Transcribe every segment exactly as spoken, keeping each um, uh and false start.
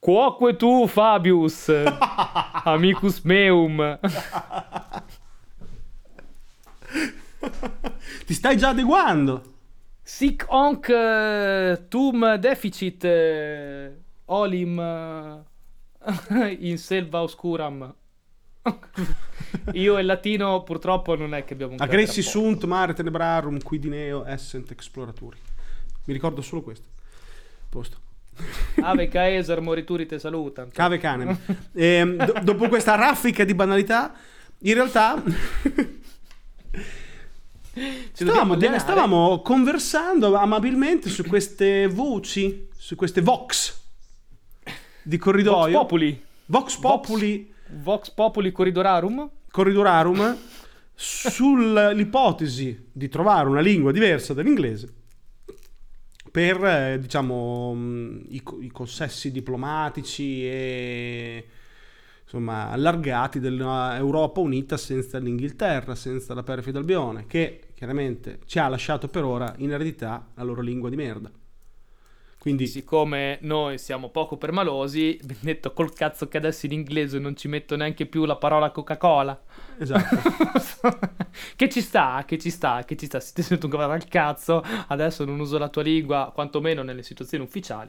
Quoque tu, Fabius, amicus meum. Ti stai già adeguando. Sic onc uh, tum deficit uh, olim uh, in selva oscuram. Io e il latino purtroppo non è che abbiamo un Agressi carattere a posto. sunt mare tenebrarum quidineo essent exploraturi. Mi ricordo solo questo. Posto. Ave caesar morituri te salutant. Cave canem. E, do- dopo questa raffica di banalità, in realtà Ci dobbiamo stavamo, allenare. stavamo conversando amabilmente su queste voci, su queste vox di Vox corridoio. populi. Vox populi Vox populi corridorarum. corridorarum sull'ipotesi di trovare una lingua diversa dall'inglese per, eh, diciamo, mh, i, co- i consessi diplomatici e insomma allargati dell'Europa unita senza l'Inghilterra, senza la perfida Albione, che chiaramente ci ha lasciato per ora in eredità la loro lingua di merda. Quindi Siccome noi siamo poco permalosi, mi detto col cazzo che adesso in inglese non ci metto neanche più la parola Coca-Cola. esatto. Che ci sta, che ci sta, che ci sta. Si ti sento un cavolo al cazzo, adesso non uso la tua lingua, quantomeno nelle situazioni ufficiali,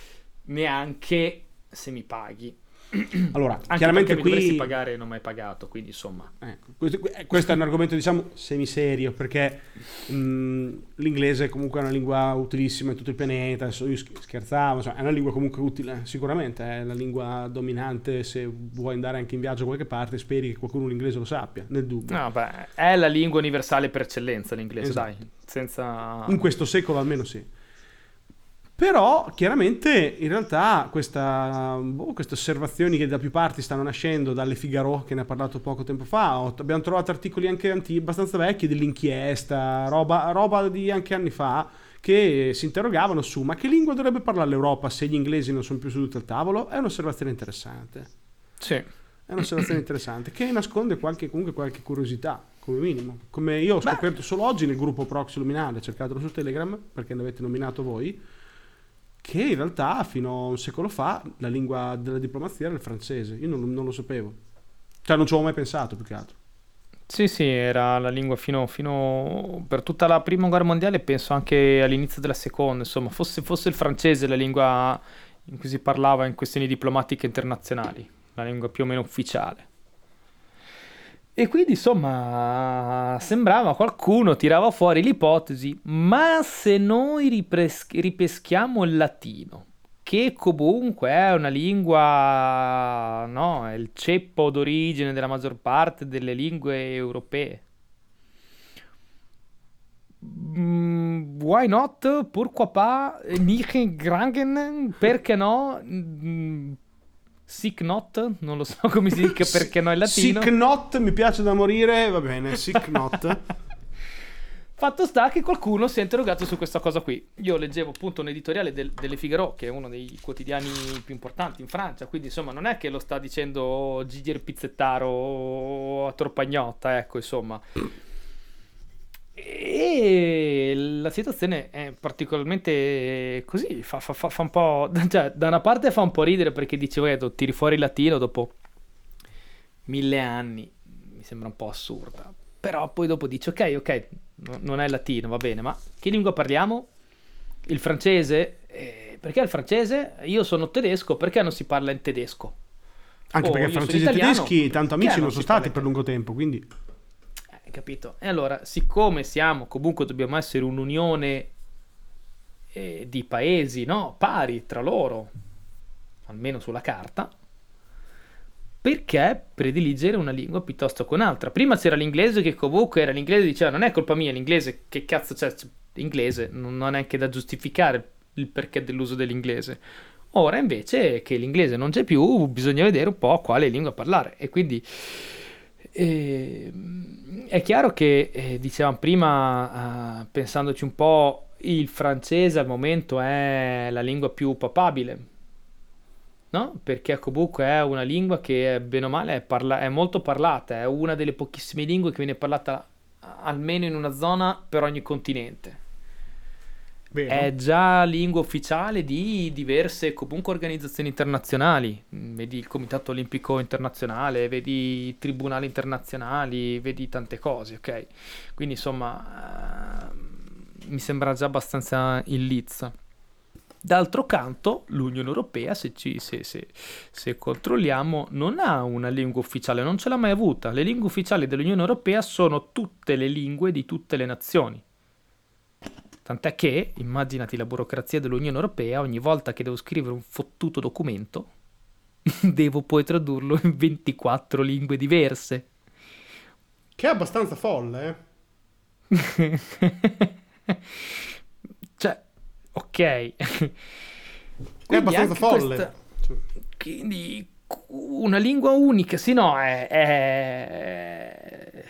neanche se mi paghi. Allora, Anche chiaramente perché mi dovresti qui pagare e non mi hai pagato, quindi insomma. Ecco, questo, questo è un argomento diciamo semiserio perché mh, l'inglese comunque è una lingua utilissima in tutto il pianeta. Adesso io scherzavo, insomma, è una lingua comunque utile, sicuramente è la lingua dominante se vuoi andare anche in viaggio da qualche parte, speri che qualcuno l'inglese lo sappia, nel dubbio. No, beh, è la lingua universale per eccellenza l'inglese, Esatto. dai, senza... In questo secolo almeno sì. Però chiaramente in realtà questa, boh, queste osservazioni che da più parti stanno nascendo, dalle Figaro che ne ha parlato poco tempo fa, o- abbiamo trovato articoli anche anti- abbastanza vecchi dell'inchiesta, roba, roba di anche anni fa, che si interrogavano su ma che lingua dovrebbe parlare l'Europa se gli inglesi non sono più seduti al tavolo. È un'osservazione interessante. Sì. È un'osservazione interessante che nasconde qualche, comunque qualche curiosità, come minimo. Come io ho scoperto solo oggi nel gruppo Proxy Luminale, cercatelo su Telegram perché ne avete nominato voi, che in realtà fino a un secolo fa la lingua della diplomazia era il francese. Io non, non lo sapevo, cioè non ci avevo mai pensato più che altro. Sì, sì, era la lingua fino, fino per tutta la prima guerra mondiale, penso anche all'inizio della seconda, insomma, fosse, fosse il francese la lingua in cui si parlava in questioni diplomatiche internazionali, la lingua più o meno ufficiale. E quindi, insomma, sembrava qualcuno tirava fuori l'ipotesi, ma se noi ripres- ripeschiamo il latino, che comunque è una lingua, no, è il ceppo d'origine della maggior parte delle lingue europee. Mm, why not? Pourquoi pas? Nicht grangen? Perché no? Mm, sic not? Non lo so come si dica perché no in latino. Sic not mi piace da morire, va bene, sic not. Fatto sta che qualcuno si è interrogato su questa cosa qui. Io leggevo appunto un editoriale del, delle Figaro, che è uno dei quotidiani più importanti in Francia, quindi insomma non è che lo sta dicendo Gigi il Pizzettaro a Torpagnotta, ecco, insomma. E la situazione è particolarmente così, fa, fa, fa, fa un po'... Cioè, da una parte fa un po' ridere perché dicevo, eh, tiri fuori il latino dopo mille anni, mi sembra un po' assurda. Però poi dopo dici, ok, ok, no- non è latino, va bene, ma che lingua parliamo? Il francese? Eh, perché il francese? Io sono tedesco, perché non si parla in tedesco? Anche Oh, perché io sono francesi e italiano, tedeschi tanto perché amici non si sono parla stati in per lungo tempo, quindi Eh, Hai capito? E allora, siccome siamo, comunque dobbiamo essere un'unione eh, di paesi, no? Pari tra loro, almeno sulla carta, perché prediligere una lingua piuttosto che un'altra? Prima c'era l'inglese che comunque era l'inglese, diceva non è colpa mia, l'inglese, che cazzo c'è? L'inglese non non è neanche da giustificare il perché dell'uso dell'inglese. Ora invece che l'inglese non c'è più, bisogna vedere un po' quale lingua parlare. E quindi eh, è chiaro che, eh, dicevamo prima, eh, pensandoci un po', il francese al momento è la lingua più papabile, no? Perché comunque è una lingua che bene o male è, parla- è molto parlata, è una delle pochissime lingue che viene parlata almeno in una zona per ogni continente. Vero. è già lingua ufficiale di diverse comunque organizzazioni internazionali. Mm, Vedi il Comitato Olimpico Internazionale, vedi i tribunali internazionali, vedi tante cose, ok? Quindi insomma, eh, mi sembra già abbastanza in lizza. D'altro canto, l'Unione Europea, se, ci, se, se- se controlliamo, non ha una lingua ufficiale, non ce l'ha mai avuta. Le lingue ufficiali dell'Unione Europea sono tutte le lingue di tutte le nazioni. Tant'è che, immaginati la burocrazia dell'Unione Europea, ogni volta che devo scrivere un fottuto documento, devo poi tradurlo in ventiquattro lingue diverse. Che è abbastanza folle, eh? Cioè, ok. È Quindi abbastanza anche folle. questa- Cioè, Quindi una lingua unica, sì, no, è, è,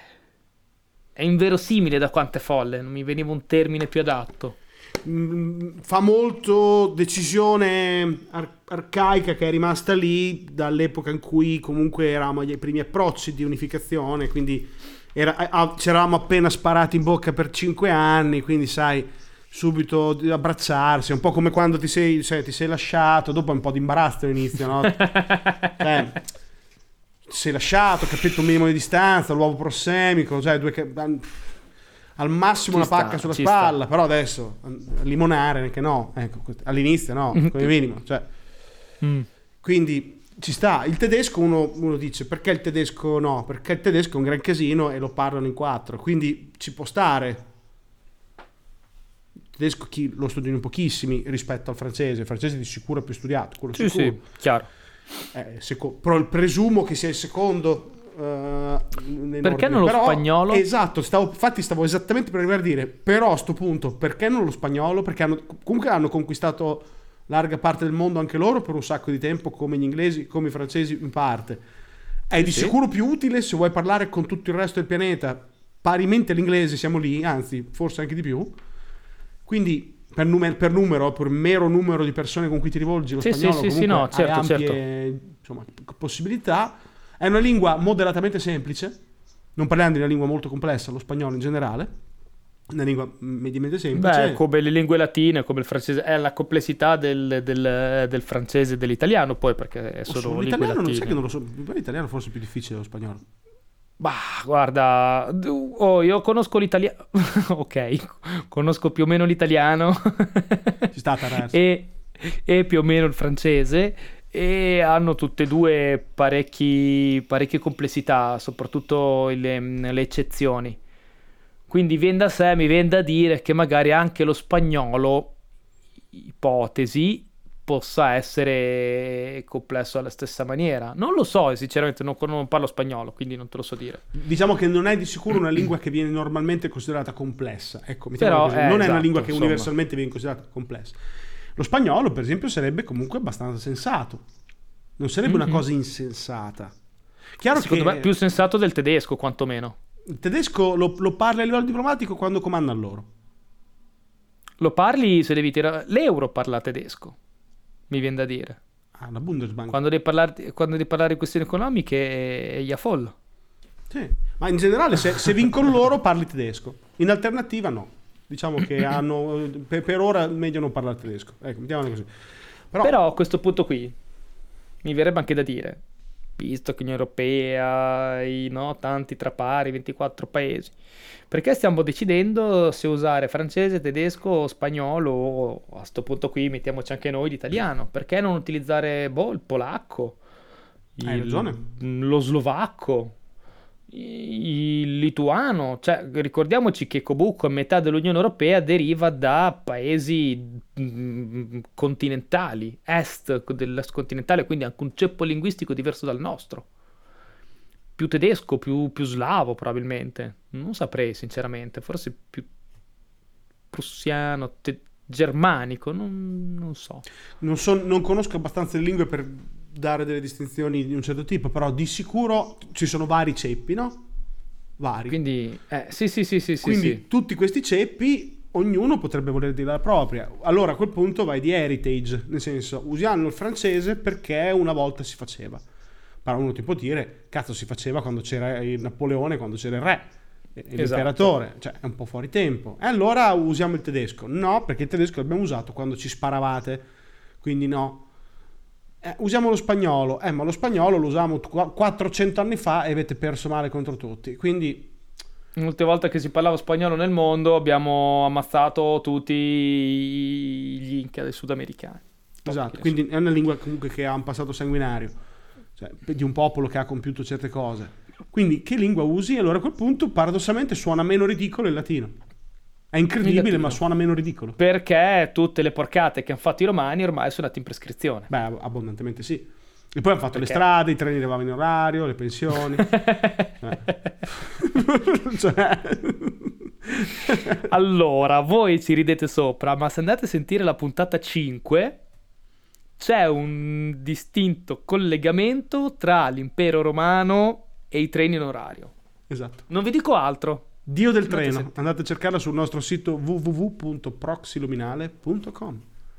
è inverosimile da quanto è folle, non mi veniva un termine più adatto. mm, fa molto decisione ar- arcaica che è rimasta lì dall'epoca in cui comunque eravamo ai primi approcci di unificazione, quindi era, ah, ci eravamo appena sparati in bocca per cinque anni, quindi sai, subito di abbracciarsi, un po' come quando ti sei, cioè, ti sei lasciato, dopo è un po' di imbarazzo all'inizio, no? Cioè, ti sei lasciato, capito un minimo di distanza, l'uovo prossemico, cioè due che- al massimo Ci una sta, pacca sulla ci spalla, però adesso a limonare neanche no, ecco, all'inizio no, come minimo, cioè, Mm. quindi ci sta. Il tedesco uno, uno dice perché il tedesco no, perché il tedesco è un gran casino e lo parlano in quattro, quindi ci può stare. Il tedesco chi, lo studiano in pochissimi rispetto al francese, il francese di sicuro è più studiato, quello Sì, sicuro. sì, chiaro. Eh, seco- però il presumo che sia il secondo eh, in Perché ordine. non lo Però- spagnolo? Esatto, stavo, infatti stavo esattamente per arrivare a dire, però a sto punto perché non lo spagnolo? Perché hanno, comunque hanno conquistato larga parte del mondo anche loro per un sacco di tempo, come gli inglesi, come i francesi in parte. È di Sì. sicuro più utile se vuoi parlare con tutto il resto del pianeta, parimenti l'inglese siamo lì, anzi forse anche di più. Quindi per, numer- per numero, per mero numero di persone con cui ti rivolgi, lo Sì, sì, spagnolo sì, sì, comunque no, certo, ha ampie insomma, possibilità. È una lingua moderatamente semplice, non parliamo di una lingua molto complessa, lo spagnolo in generale, una lingua mediamente semplice. Beh, come le lingue latine, come il francese, è la complessità del, del- del francese e dell'italiano, poi perché O sono solo lingue l'italiano non latine. sai che non lo so, per l'italiano forse è più difficile dello spagnolo. Bah, guarda, oh, io conosco l'italiano, ok, conosco più o meno l'italiano Ci sta a tararsi. e, e più o meno il francese, e hanno tutte e due parecchi, parecchie complessità, soprattutto le, le eccezioni. Quindi viene da sé, mi viene da dire che magari anche lo spagnolo, ipotesi, possa essere complesso alla stessa maniera. Non lo so, e sinceramente non, non parlo spagnolo, quindi non te lo so dire. Diciamo che non è di sicuro una lingua che viene normalmente considerata complessa. Ecco, mettiamola Però, così. eh, non è una esatto, lingua che insomma. universalmente viene considerata complessa. Lo spagnolo, per esempio, sarebbe comunque abbastanza sensato. Non sarebbe una Mhm. cosa insensata. Chiaro Secondo che me più sensato del tedesco, quantomeno. il tedesco lo, lo parli a livello diplomatico quando comandano loro. Lo parli se devi tirare... L'euro parla tedesco, mi viene da dire. Ah, la Bundesbank. Quando devi parlare, quando devi parlare di questioni economiche è Iafollo. Sì. Ma in generale, se, se vincono loro, parli tedesco. In alternativa, no. Diciamo che hanno per, per ora meglio non parlare tedesco. Ecco, mettiamola così. Però, Però a questo punto qui mi verrebbe anche da dire, visto che l'Unione Europea, i, no, tanti tra pari, ventiquattro paesi, perché stiamo decidendo se usare francese, tedesco o spagnolo, o a questo punto qui mettiamoci anche noi l'italiano, perché non utilizzare boh, il polacco, Hai il- ragione. lo slovacco, il lituano, cioè ricordiamoci che comunque metà dell'Unione Europea deriva da paesi mm, continentali, est dell'est continentale, quindi anche un ceppo linguistico diverso dal nostro, più tedesco, più, più slavo probabilmente, non saprei sinceramente, forse più prussiano, te- germanico, non, non so. non, so- non conosco abbastanza le lingue per dare delle distinzioni di un certo tipo, però di sicuro ci sono vari ceppi, no? Vari. Quindi, eh, sì, sì, sì, sì, sì, Quindi sì. tutti questi ceppi, ognuno potrebbe voler dire la propria. Allora a quel punto vai di heritage, nel senso, usiamo il francese perché una volta si faceva. Però uno ti può dire, cazzo, si faceva quando c'era il Napoleone, quando c'era il re. e l'imperatore, cioè è un po' fuori tempo. E allora usiamo il tedesco. No, perché il tedesco l'abbiamo usato quando ci sparavate, quindi no. Eh, usiamo lo spagnolo, eh, ma lo spagnolo lo usavamo quattrocento anni fa e avete perso male contro tutti, quindi... L'ultima volta che si parlava spagnolo nel mondo abbiamo ammazzato tutti gli Inca dei sudamericani. Esatto, quindi è una lingua comunque che ha un passato sanguinario, cioè di un popolo che ha compiuto certe cose. Quindi che lingua usi? Allora a quel punto paradossalmente suona meno ridicolo il latino. È incredibile, ma suona meno ridicolo. Perché tutte le porcate che hanno fatto i romani ormai sono andate in prescrizione. Beh, abbondantemente sì. E poi hanno fatto Perché? le strade, i treni arrivavano in orario, le pensioni. eh. cioè... Allora, voi ci ridete sopra, ma se andate a sentire la puntata cinque, c'è un distinto collegamento tra l'impero romano e i treni in orario. Esatto. Non vi dico altro. Dio del andate treno. A andate a cercarla sul nostro sito w w w punto proxiluminale punto com.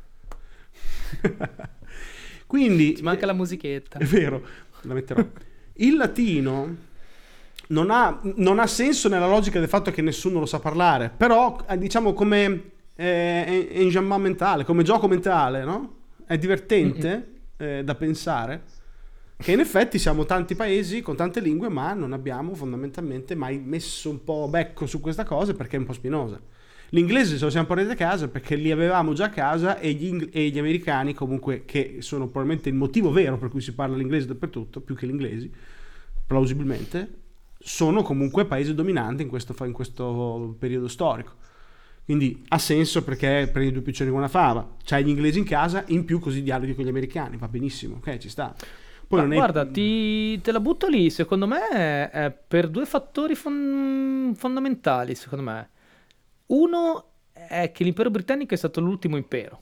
Quindi ci manca la musichetta. È vero, la metterò. Il latino non ha, non ha senso nella logica del fatto che nessuno lo sa parlare, però diciamo come eh, enjambment mentale, come gioco mentale, no? È divertente eh, da pensare che in effetti siamo tanti paesi con tante lingue, ma non abbiamo fondamentalmente mai messo un po' becco su questa cosa perché è un po' spinosa. L'inglese ce lo siamo portati a casa perché li avevamo già a casa e gli, ing- e gli americani comunque, che sono probabilmente il motivo vero per cui si parla l'inglese dappertutto, più che gli inglesi, plausibilmente, sono comunque paesi dominanti in questo, in questo periodo storico. Quindi ha senso perché prendi due piccioni con una fava. C'hai gli inglesi in casa, in più così dialoghi con gli americani, va benissimo, ok, ci sta. Poi non è... Guarda, ti, te la butto lì, secondo me è, è per due fattori fon- fondamentali, secondo me. Uno è che l'impero britannico è stato l'ultimo impero.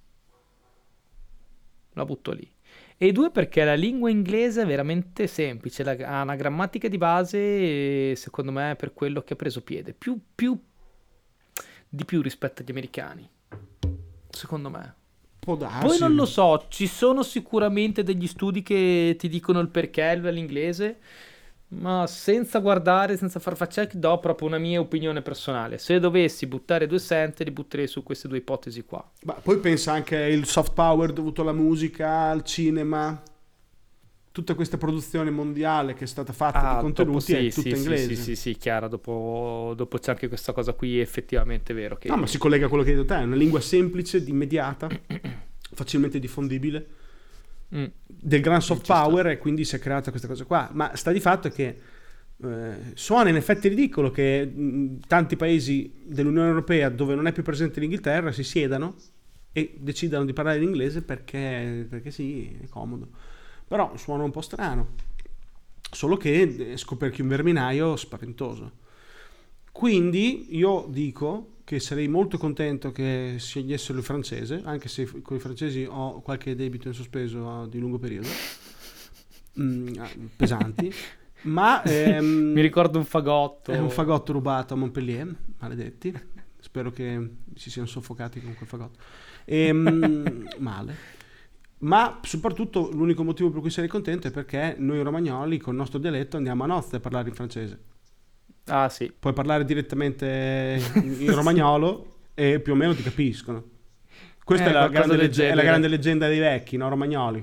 La butto lì. E due perché la lingua inglese è veramente semplice, la, ha una grammatica di base e secondo me è per quello che ha preso piede. Più, più di più rispetto agli americani. Secondo me. Può darsi. Poi non lo so, ci sono sicuramente degli studi che ti dicono il perché l'inglese, ma senza guardare, senza far fact check, do proprio una mia opinione personale. Se dovessi buttare due cent, li butterei su queste due ipotesi qua. Ma poi pensa anche al soft power dovuto alla musica, al cinema, tutta questa produzione mondiale che è stata fatta ah, di contenuti sì, è tutta sì, inglese. Sì, sì, sì, sì, chiaro, dopo, dopo c'è anche questa cosa qui, effettivamente è vero. Che... No, ma si collega a quello che hai detto te, è una lingua semplice, immediata, facilmente diffondibile, mm. del gran soft power sta. E quindi si è creata questa cosa qua. Ma sta di fatto che eh, suona in effetti ridicolo che mh, tanti paesi dell'Unione Europea dove non è più presente l'Inghilterra si siedano e decidano di parlare l'inglese perché, perché sì, è comodo. Però suona un po' strano, solo che scoperchi un verminaio spaventoso. Quindi io dico che sarei molto contento che scegliessero il francese, anche se con i francesi ho qualche debito in sospeso di lungo periodo, mm, pesanti, ma ehm, mi ricordo un fagotto. È un fagotto rubato a Montpellier, maledetti, spero che si siano soffocati con quel fagotto. E, male. Ma soprattutto l'unico motivo per cui sarei contento è perché noi romagnoli con il nostro dialetto andiamo a nozze a parlare in francese. Ah sì. Puoi parlare direttamente in romagnolo e più o meno ti capiscono. Questa eh, è, la grande legge- è la grande leggenda dei vecchi, no, romagnoli.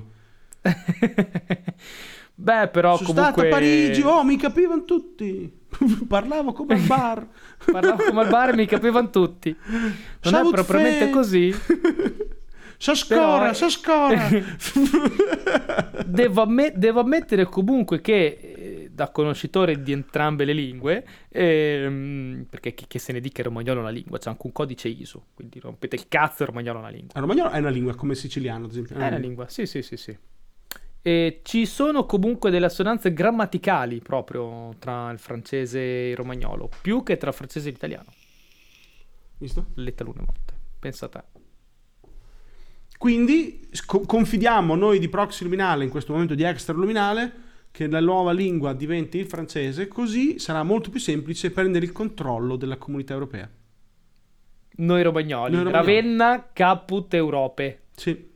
Beh, però sono comunque... stato a Parigi, oh, mi capivano tutti. Parlavo come al bar. Parlavo come al bar e mi capivano tutti. Non Ciao è propriamente fe. Così. S'ascora, s'ascora. devo, amm- devo ammettere comunque che eh, da conoscitore di entrambe le lingue, ehm, perché chi che se ne dica il romagnolo è una lingua, c'è anche un codice I S O, quindi rompete il cazzo, il romagnolo è una lingua. Il romagnolo è una lingua come il siciliano, ad esempio. È una, è una lingua, sì, sì, sì, sì. E ci sono comunque delle assonanze grammaticali proprio tra il francese e il romagnolo, più che tra il francese e l'italiano. Visto? Le talune molte. Pensa a te. Quindi sc- confidiamo noi di Proxy Luminale in questo momento di Extra Luminale che la nuova lingua diventi il francese, così sarà molto più semplice prendere il controllo della comunità europea. Noi romagnoli, noi romagnoli. Ravenna caput Europe. Sì.